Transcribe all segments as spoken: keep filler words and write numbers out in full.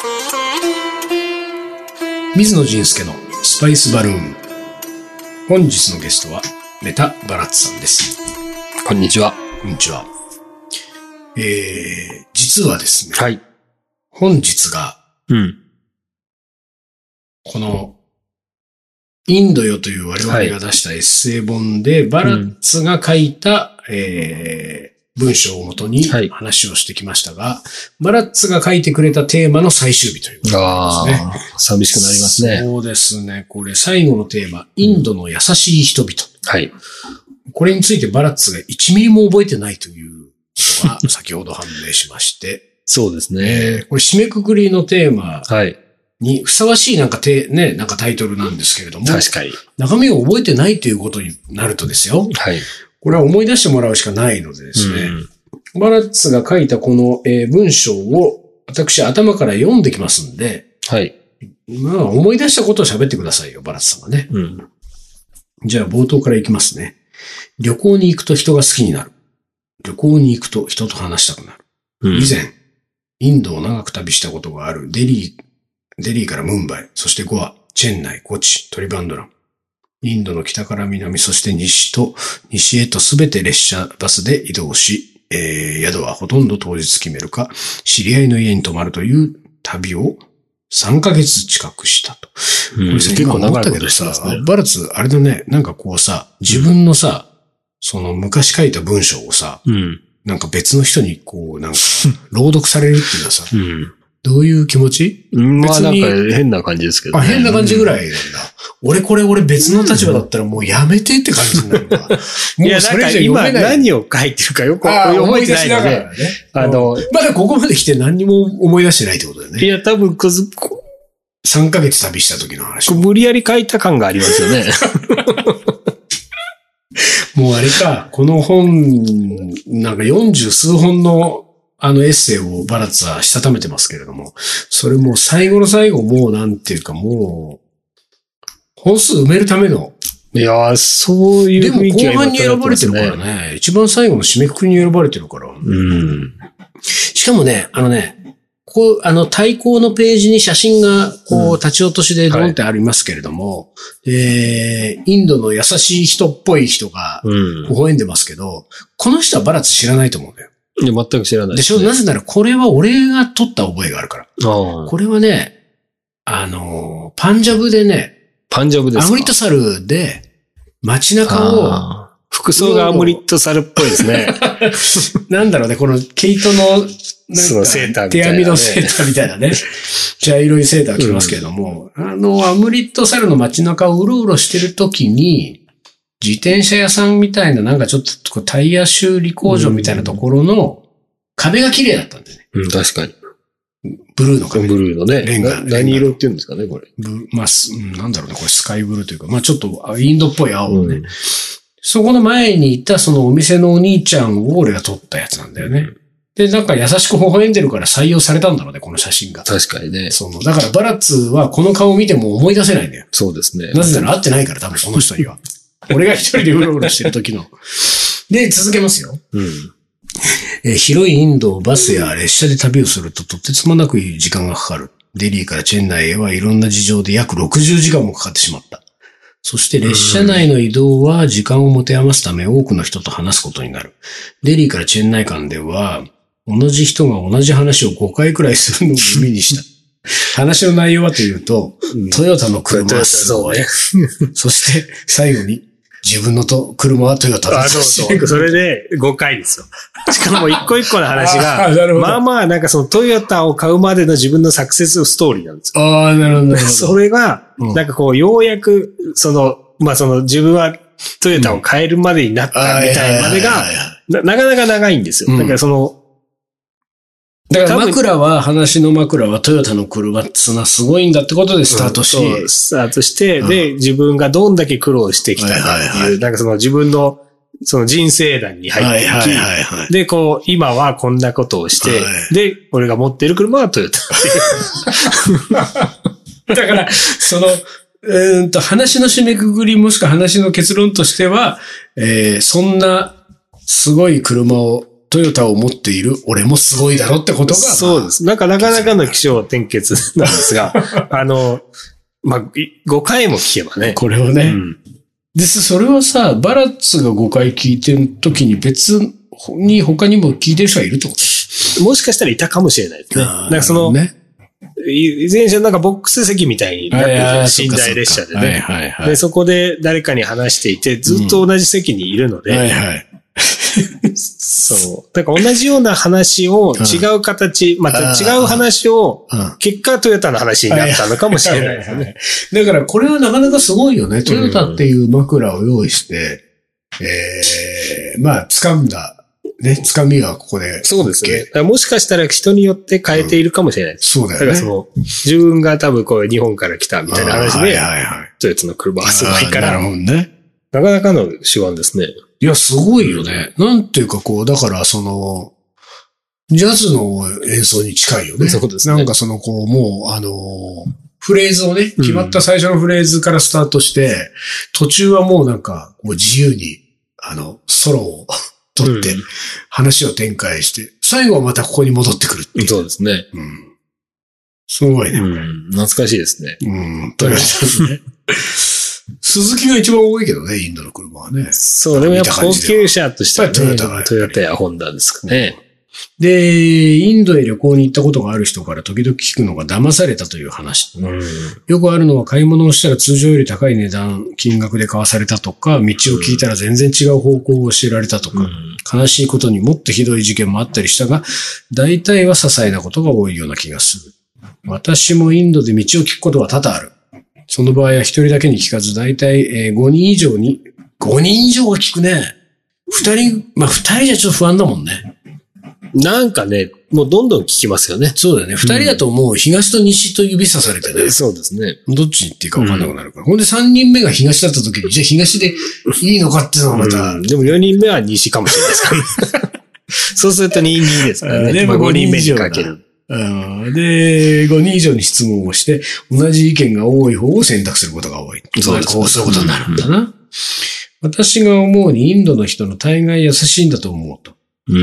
水野仁介のスパイスバルーン。本日のゲストはメタバラッツさんです。 こんにちは。 こんにちは。えー、実はですね。 はい。 本日が、 うん。 この、インドよという我々が出したエッセイ本で、はい、バラッツが書いた、うん、えー、文章をもとに話をしてきましたが、はい、バラッツが書いてくれたテーマの最終日ということですね。ああ、寂しくなりますね。 そうですね。これ最後のテーマ、インドの優しい人々。 はい。 これについてバラッツがいちミリも覚えてないということが先ほど判明しまして。 そうですね、 えー。これ締めくくりのテーマにふさわしいなんかて、ね、なんかタイトルなんですけれども。 確かに。 中身を覚えてないということになるとですよ。 はい。 これは思い出してもらうしかないのでですね。うん、バラッツが書いたこの、えー、文章を私頭から読んできますんで。 はい。 まあ思い出したことを喋ってくださいよ、バラッツさんがね。 うん。 じゃあ冒頭からいきますね。旅行に行くと人が好きになる。旅行に行くと人と話したくなる。うん、以前、インドを長く旅したことがあるデリー、デリーからムンバイ、そしてゴア、チェンナイ、コチ、トリバンドラン。インドの北から南、そして西と西へとすべて列車、バスで移動し、えー、宿はほとんど当日決めるか、知り合いの家に泊まるという旅をさんかげつ近くしたと。 うん、これ結構長いことしたんですね。 バラッツ、あれだね、なんかこうさ、自分のさ、その昔書いた文章をさ、 うん、 なんか別の人にこう、なんか、朗読されるっていうのはさ、 うん、 どういう気持ち？ まあなんか変な感じですけどね。あ、変な感じぐらいなんだ。俺これ俺別の立場だったらもうやめてって感じになるから。 いや、なんか今何を書いてるかよく覚えてないので。ね、 あの、まだここまで来て何にも思い出してないってことだよね。 いや、多分こず、 さんかげつ旅した時の話。 無理やり書いた感がありますよね。 もうあれか、この本、なんかよんじゅうすうほんのあのエッセイをバラッツはしたためてますけれども、それもう最後の最後もうなんていうかもう、本数埋めるための。 いやー、そういう雰囲気が今、 でも後半に選ばれてるからね。一番最後の締めくくりに選ばれてるから。 うん。 しかもね、あのね、こう、あの、対抗のページに写真が、こう、立ち落としでドンってありますけれども、うん、えー、インドの優しい人っぽい人が、微笑んでますけど、うん、この人はバラッツ知らないと思うんだよ。 いや、全く知らないで、ね。でしょ？なぜなら、これは俺が撮った覚えがあるから。 あこれはね、あの、パンジャブでね、 パンジャブですか？ アムリットサルで、街中を、 服装がアムリットサルっぽいですね。 なんだろうね、この毛糸の、なんかセーターみたいな、ね。 手編みのセーターみたいなね。茶色いセーター着ますけれども、うん、あの、アムリットサルの街中をうろうろしてるときに、自転車屋さんみたいな、なんかちょっとこうタイヤ修理工場みたいなところの壁が綺麗だったんだよね。 うん、確かに。 ブルーの壁。 ブルーのね。 レンガ。 何色って言うんですかね、これ。 ブまあ、なんだろうね、これスカイブルーというか、まあちょっとインドっぽい青をね。うん、そこの前にいたそのお店のお兄ちゃんを俺が撮ったやつなんだよね。で、なんか優しく微笑んでるから採用されたんだろうね、この写真が。 確かにね。 その、だからバラッツはこの顔を見ても思い出せないんだよ。 そうですね。 なぜなら会ってないから、多分この人には。俺が一人でうろうろしてる時の。で、続けますよ。 うん。 えー、広いインドをバスや列車で旅をするととてつもなく時間がかかる。デリーからチェンナイへはいろんな事情で約ろくじゅうじかんもかかってしまった。そして列車内の移動は時間を持て余すため多くの人と話すことになる。デリーからチェンナイ間では同じ人が同じ話をごかいくらいするのを耳にした。話の内容はというと、うん、トヨタの車はすごい。そして最後に自分のと車はトヨタだ。 あ、そうそう。それでごかいですよ。しかも一個一個の話が、まあまあなんかそのトヨタを買うまでの自分のサクセスストーリーなんですよ。 ああ、なるほど。 それが、なんかこうようやく、その、まあその自分はトヨタを買えるまでになったみたいまでが、なかなか長いんですよ。だからその、 だから枕は、話の枕はトヨタの車っつうのはすごいんだってことでスタートし、 うん、そう、スタートして、うん、で、自分がどんだけ苦労してきたかっていう、はいはいはい、なんかその自分の、その人生談に入っていき、はいはいはいはい、で、こう、今はこんなことをして、はい、で、俺が持っている車はトヨタっていう。 だから、その、うーんと、話の締めくくりもしくは話の結論としては、えー、そんなすごい車をトヨタを持っている俺もすごいだろってことが。 そうです。なんかなかなかの気象転結なんですが、あの、まあ、ごかいも聞けばね。 これをね。うん、で、それはさ、バラッツがごかい聞いてる時に別に他にも聞いてる人がいるってこともしかしたらいたかもしれないですね。なんかその、ね、以前じゃなんかボックス席みたいになってる寝台列車でね。はいはいはい。で、そこで誰かに話していて、ずっと同じ席にいるので。うん、はいはい。そう。だから同じような話を違う形、うん、また違う話を、結果トヨタの話になったのかもしれないですね。 だからこれはなかなかすごいよね。トヨタっていう枕を用意して、うん、えー、まあ、掴んだ。ね、掴みはここで。 そうですね。だからもしかしたら人によって変えているかもしれないです。 うん、そうだよね。 だからその、自分が多分こう日本から来たみたいな話で、はいはいはい、トヨタの車はすごいから。なるほどね。なかなかの手腕ですね。 いや、すごいよね。なんていうかこう、だからその、ジャズの演奏に近いよね。 そうですね。 なんかそのこう、もう、あの、フレーズをね、決まった最初のフレーズからスタートして、うん、途中はもうなんか、もう自由に、あの、ソロを取って、話を展開して、最後はまたここに戻ってくるっていう。 そうですね。 うん。すごいね。 うん。懐かしいですね。 うん。ということでね。鈴木が一番多いけどね、インドの車はね。 そう、でもやっぱ高級車としては、ね、トヨタが。トヨタやホンダですかね。 で、インドへ旅行に行ったことがある人から時々聞くのが騙されたという話。うん、よくあるのは買い物をしたら通常より高い値段、金額で買わされたとか、道を聞いたら全然違う方向を教えられたとか、うん、悲しいことにもっとひどい事件もあったりしたが、大体は些細なことが多いような気がする。私もインドで道を聞くことは多々ある。その場合は一人だけに聞かず、大体ごにん以上に、ごにん以上は聞くね。二人、まあ二人じゃちょっと不安だもんね。 なんかね、もうどんどん聞きますよね。 そうだよね。二人だともう東と西と指さされてね。 うん、そうですね。 どっちに行っていいか分かんなくなるから。うん、ほんで三人目が東だった時に、じゃあ東でいいのかっていうのはまた。 うん、でも四人目は西かもしれないですからね。そうするとに、にですからね。まあごにんめにかける。 うん、で、ごにん以上に質問をして、同じ意見が多い方を選択することが多い。 そうです。 こうそういうことになるんだな。うん、私が思うにインドの人の大概優しいんだと思うと。 うん、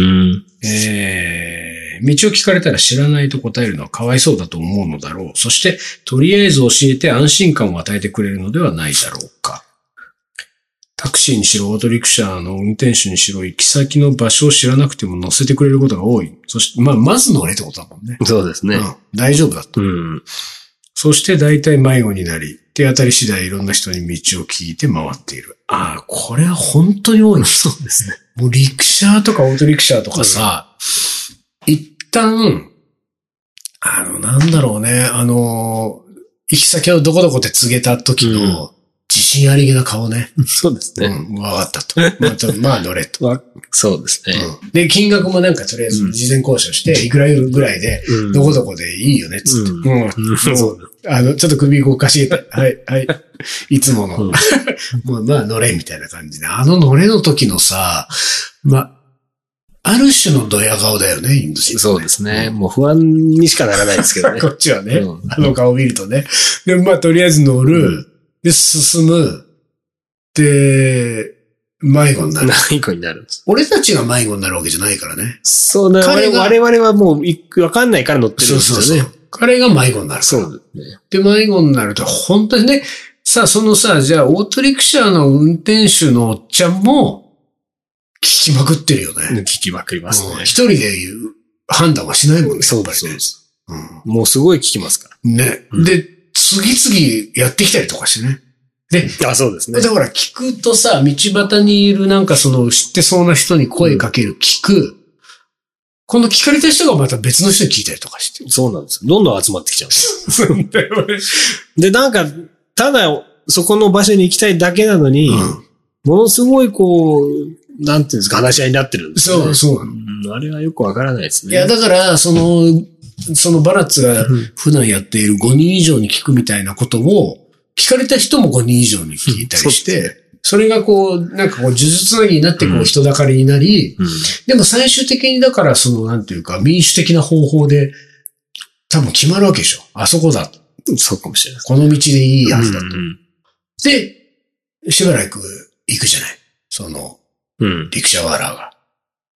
えー、道を聞かれたら知らないと答えるのはかわいそうだと思うのだろう。そして、とりあえず教えて安心感を与えてくれるのではないだろうか。タクシーにしろ、オートリクシャーの運転手にしろ、行き先の場所を知らなくても乗せてくれることが多い。そして、まあ、まず乗れってことだもんね。 そうですね。うん、 大丈夫だと。 うん、 そして、大体迷子になり、手当たり次第いろんな人に道を聞いて回っている。ああ、これは本当に多い。 そうですね。 もうリクシャーとかオートリクシャーとかさ、うん、一旦、あの、なんだろうね、あの、行き先をどこどこって告げた時の、うん自信ありげな顔ね。 そうですね。 うん、わかったと。まあ、まあ乗れと。 そうですね、 うん。で、金額もなんかとりあえず事前交渉して、いくらぐらいで、どこどこでいいよね、つって。うん。うん、そう。あの、ちょっと首こうかしげて、はい、はい。いつもの。うん、もうまあ乗れ、みたいな感じで。あの乗れの時のさ、まあ、ある種のドヤ顔だよね、インド人、ね。 そうですね。うん、もう不安にしかならないですけどね。 こっちはね、うん。あの顔を見るとね。で、まあとりあえず乗る。うんで、進む。で、迷子になる。 迷子になる。 俺たちが迷子になるわけじゃないからね。 そうだ、我々はもう、わかんないから乗ってるんですよね。そうそうそう。 彼が迷子になるから。 そうですね。 で、迷子になると、本当にね、さあ、そのさ、じゃあ、オートリクシャーの運転手のおっちゃんも、聞きまくってるよね。 聞きまくりますね。 一人で言う判断はしないもんね。 そうです、そうです。うん、もうすごい聞きますから。 ね。うん、で、次々やってきたりとかしてね。で、 あ、そうですね。 だから聞くとさ、道端にいるなんかその知ってそうな人に声かける、うん、聞く。この聞かれた人がまた別の人に聞いたりとかして。 そうなんですよ。どんどん集まってきちゃうんですよ。そうだよね。で、なんか、ただそこの場所に行きたいだけなのに、うん、ものすごいこう、なんていうんですか、話し合いになってるんですよ、ね。そう、そう、うん。あれはよくわからないですね。 いや、だから、その、そのバラッツが普段やっているごにん以上に聞くみたいなことを、聞かれた人もごにん以上に聞いたりして、うん、それがこう、なんかこう、呪術つなぎになってこう、人だかりになり、うん、でも最終的にだからその、なんていうか、民主的な方法で、多分決まるわけでしょ。あそこだ。 そうかもしれない。 この道でいいやつだと。うんうん、で、しばらく行くじゃない。その、うん、リクシャワーラーが。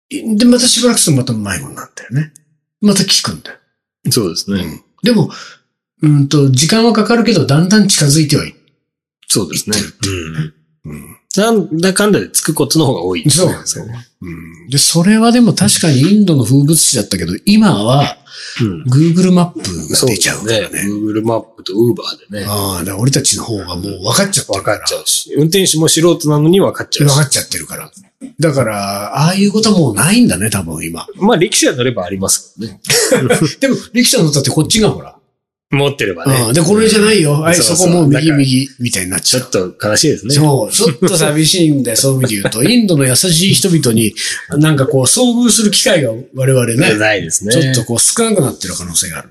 で、またしばらくするとまた迷子になったよね。また聞くんだよ。 そうですね。 うん、でも、うんと、時間はかかるけど、だんだん近づいてはいる。 そうですね。 うん。うん。 なんだかんだでつくコツの方が多い。 そうなんですよね。うん。で、それはでも確かにインドの風物詩だったけど、今は、うん、Google マップが出ちゃうからね。 ね Google マップと Uber でね。 ああ、だから俺たちの方がもう分かっちゃってるから。 分かっちゃうし。運転手も素人なのに分かっちゃうし。 分かっちゃってるから。だから、ああいうことはもうないんだね、多分今。 まあ、力士が乗ればありますけどね。 でも、力士が乗ったってこっちがほら。 持ってればね。 うん。で、これじゃないよ。はい、そこもう右右みたいになっちゃう。 ちょっと悲しいですね。 そう。ちょっと寂しいんで、そういう意味で言うと、インドの優しい人々に、なんかこう、遭遇する機会が我々ね。 ないですね。 ちょっとこう、少なくなってる可能性がある。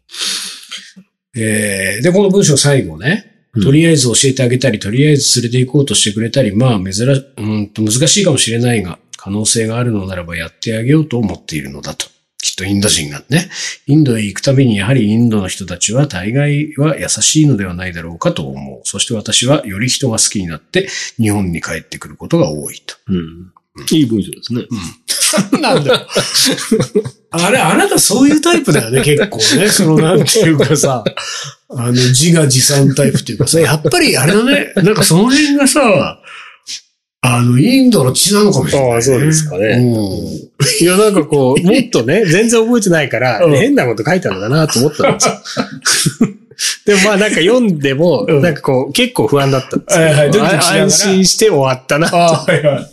えー、で、この文章最後ね。とりあえず教えてあげたり、とりあえず連れて行こうとしてくれたり、まあ、珍し、うんと難しいかもしれないが、可能性があるのならばやってあげようと思っているのだと。きっとインド人がね、インドへ行くたびにやはりインドの人たちは大概は優しいのではないだろうかと思う。そして私はより人が好きになって日本に帰ってくることが多いと。 うんうん、いい文章ですね。 うん、なんだよ。あれ、あなたそういうタイプだよね、結構ね。そのなんていうかさ、あの自画自賛タイプっていうかさ、やっぱりあれだね、なんかその辺がさ、あの、インドの血なのかもしれない、ね。 ああ、そうですかね。うん、いや、なんかこう、もっとね、全然覚えてないから、うん、変なこと書いたのかなと思ったんですよ。でもまあなんか読んでも、うん、なんかこう、結構不安だったんですよ。はいはい、安心して終わったなと。はいはい、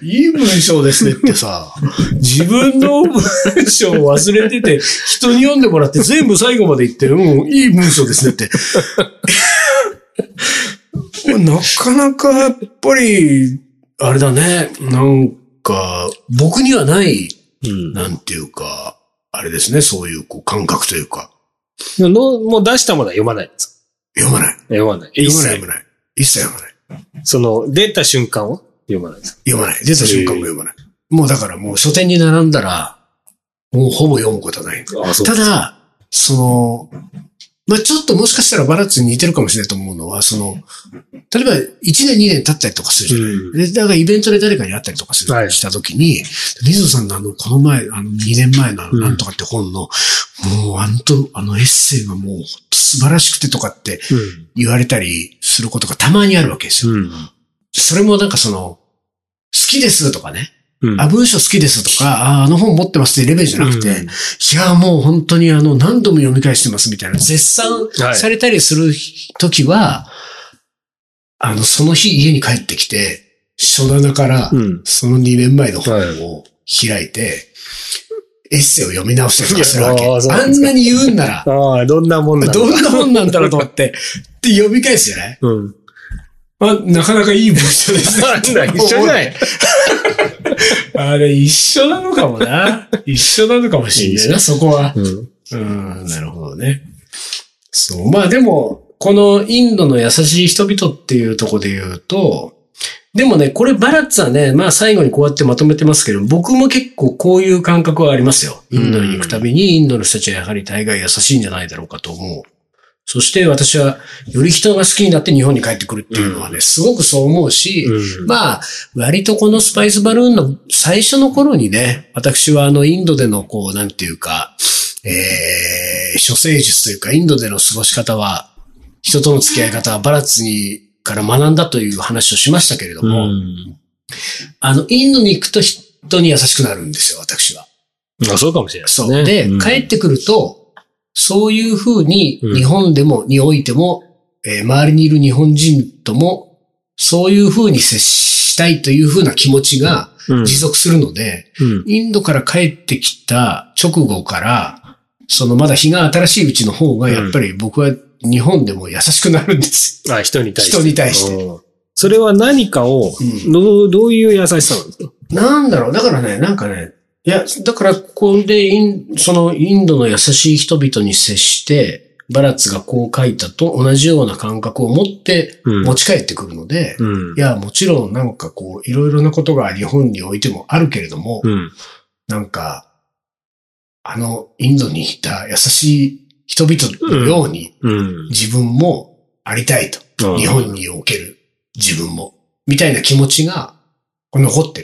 いい文章ですねってさ、自分の文章を忘れてて、人に読んでもらって全部最後まで言って、うん、いい文章ですねって。なかなかやっぱり、あれだね、なんか、僕にはない、うん、なんていうか、あれですね、そういうこう感覚というか。 のもう出したものは読まないんですか？ 読まない。 読まない。 読まない、読まない。一切読まない。 その、出た瞬間は読まないですか？ 読まない。出た瞬間も読まない。もうだからもう書店に並んだら、もうほぼ読むことはない。あ、そうただ、その、まあ、ちょっともしかしたらバラッツに似てるかもしれないと思うのは、その、例えばいちねんにねん経ったりとかするじゃない。うん、で、だからイベントで誰かに会ったりとかする、はい、したときに、水野さんのあの、この前、あの、にねんまえのなんとかって本の、うん、もうあのと、あのエッセイがもう素晴らしくてとかって言われたりすることがたまにあるわけですよ。うん、それもなんかその、好きですとかね。うん、あ、文章好きですとか、あ、あの本持ってますってレベルじゃなくて、うん、いや、もう本当にあの、何度も読み返してますみたいな、絶賛されたりするときは、はい、あの、その日家に帰ってきて、書棚から、そのにねんまえの本を開いて、エッセイを読み直したりとかするわけ。あんなに言うんなら、 ああ、どんなもんなんだどんなもんなんだろうと思って、で、読み返すじゃない、うん、まあ、なかなかいい文章ですね。 なんだ、一緒じゃない。 あれ、一緒なのかもな。一緒なのかもしれないな、そこは。うん。うん、なるほどね。そう。まあでも、このインドの優しい人々っていうところで言うと、でもね、これバラッツはね、まあ最後にこうやってまとめてますけど、僕も結構こういう感覚はありますよ。インドに行くたびに、インドの人たちはやはり大概優しいんじゃないだろうかと思う。そして私はより人が好きになって日本に帰ってくるっていうのはね、すごくそう思うし、うん、まあ、割とこのスパイスバルーンの最初の頃にね、私はあのインドでのこう、なんていうか、えー、処世術というか、インドでの過ごし方は、人との付き合い方はバラッツにから学んだという話をしましたけれども、うん、あの、インドに行くと人に優しくなるんですよ、私は。 あ、そうかもしれないですね。 そう。で、うん、帰ってくると、そういうふうに日本でも、においても、えー、周りにいる日本人とも、そういうふうに接したいというふうな気持ちが持続するので、うんうん、インドから帰ってきた直後から、そのまだ日が新しいうちの方が、やっぱり僕は日本でも優しくなるんですよ。 あ、人に対して。 人に対して。 それは何かを、うん、どう、どういう優しさなんですか？ なんだろう、だからね、なんかね、いや、だから、ここでイン、そのインドの優しい人々に接して、バラッツがこう書いたと同じような感覚を持って持ち帰ってくるので、うん、いや、もちろんなんかこう、いろいろなことが日本においてもあるけれども、うん、なんか、あの、インドにいた優しい人々のように、自分もありたいと。うん、日本における自分も。みたいな気持ちが残ってる。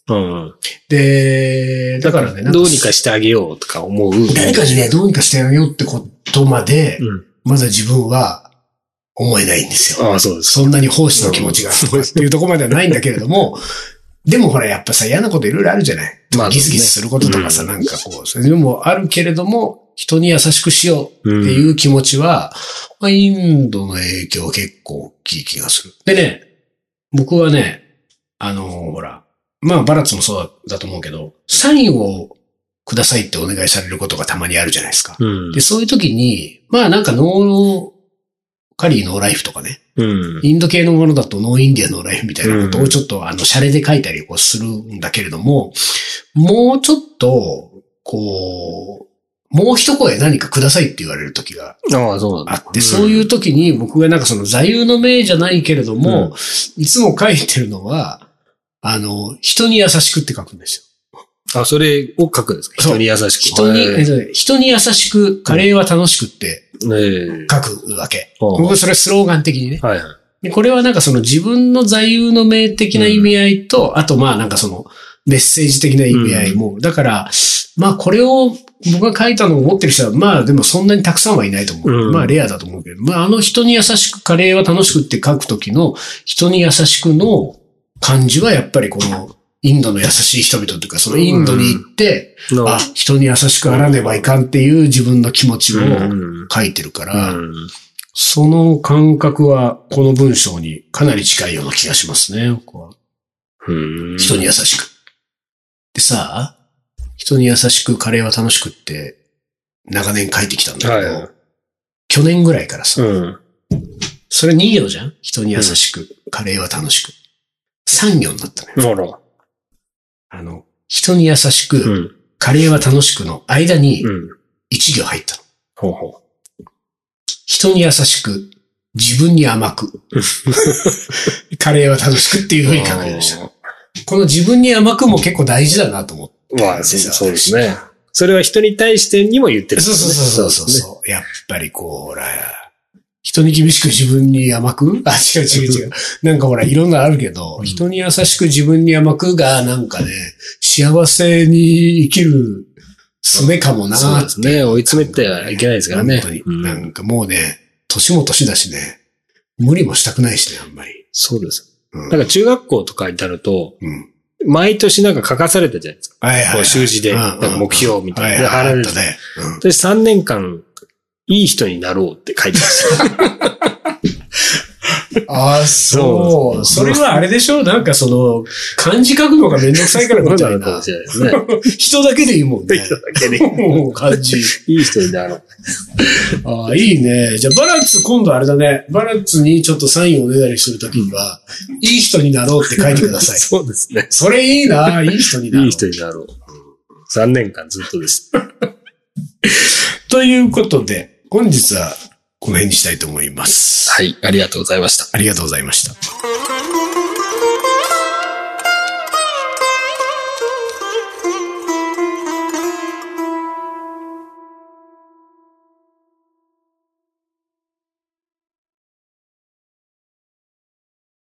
うん。 で、だからね、 どうにかしてあげようとか思う。 誰かにね、どうにかしてあげようってことまで、うん、まだ自分は思えないんですよ。 ああ、そうです。 そんなに奉仕の気持ちがとかっていうところまではないんだけれども、でもほら、やっぱさ、嫌なこといろいろあるじゃない。まあ、ギスギスすることとかさ、うん、なんかこう、それでもあるけれども、人に優しくしようっていう気持ちは、うん、まあ、インドの影響は結構大きい気がする。でね、僕はね、あのー、ほら、まあ、バラッツもそうだと思うけど、サインをくださいってお願いされることがたまにあるじゃないですか。うん、で、そういう時に、まあなんかノーカリーノーライフとかね、うん、インド系のものだとノーインディアノーライフみたいなことをちょっとあの、シャレで書いたりこうするんだけれども、もうちょっと、こう、もう一声何かくださいって言われる時があって、そういう時に僕がなんかその座右の銘じゃないけれども、いつも書いてるのは、あの、人に優しくって書くんですよ。 あ、それを書くんですか？人に優しく。 人に、人に優しく、カレーは楽しくって書くわけ。僕それスローガン的にね。はいはい、でこれはなんかその自分の座右の銘的な意味合いと、うん、あとまあなんかそのメッセージ的な意味合いも、うん、だから、まあこれを僕が書いたのを持ってる人は、まあでもそんなにたくさんはいないと思う。うん、まあレアだと思うけど、まああの人に優しくカレーは楽しくって書くときの人に優しくの感じはやっぱりこのインドの優しい人々というか、そのインドに行って、うん、あ、人に優しくあらねばいかんっていう自分の気持ちを書いてるから、うんうん、その感覚はこの文章にかなり近いような気がしますね。僕はうん、人に優しく。でさ、人に優しくカレーは楽しくって長年書いてきたんだけど、はい、去年ぐらいからさ、うん、それに行じゃん？人に優しく、うん、カレーは楽しく。さん行になったのよ。あの、人に優しく、うん、カレーは楽しくの間にいち行入ったの。ほうほう人に優しく、自分に甘く、カレーは楽しくっていう風に考えました。この自分に甘くも結構大事だなと思って。 まあ、そうですね。それは人に対してにも言ってる、ね。 そうそうそうそうそう、ね。やっぱりこう、ほら、人に厳しく自分に甘くあ、違う違う違う。なんかほら、いろんなあるけど、うん、人に優しく自分に甘くが、なんかね、幸せに生きる術かもな。 そうですね。追い詰めてはいけないですからね。 本当に。うん、なんかもうね、年も年だしね、無理もしたくないしね、あんまり。 そうです。うん、なんか中学校とかになると、うん、毎年なんか書かされたじゃないですか。はいはいはい、こう習字で、なんか目標みたいな。で、貼られてね。私さんねんかん、いい人になろうって書いてました。 ああ、そう。それはあれでしょ？なんかその、漢字書くのがめんどくさいからみたいな。かもしれないですね。人だけでいいもんね。人だけでいい。もう漢字。 いい人になろう。 ああ、いいね。じゃあバラッツ今度あれだね。バラッツにちょっとサインをお願いするときには、いい人になろうって書いてください。 そうですね。 それいいな。いい人になろう。 いい人になろう。さんねんかんずっとです。 ということで、本日はこの辺にしたいと思います。 はい、ありがとうございました。 ありがとうございました。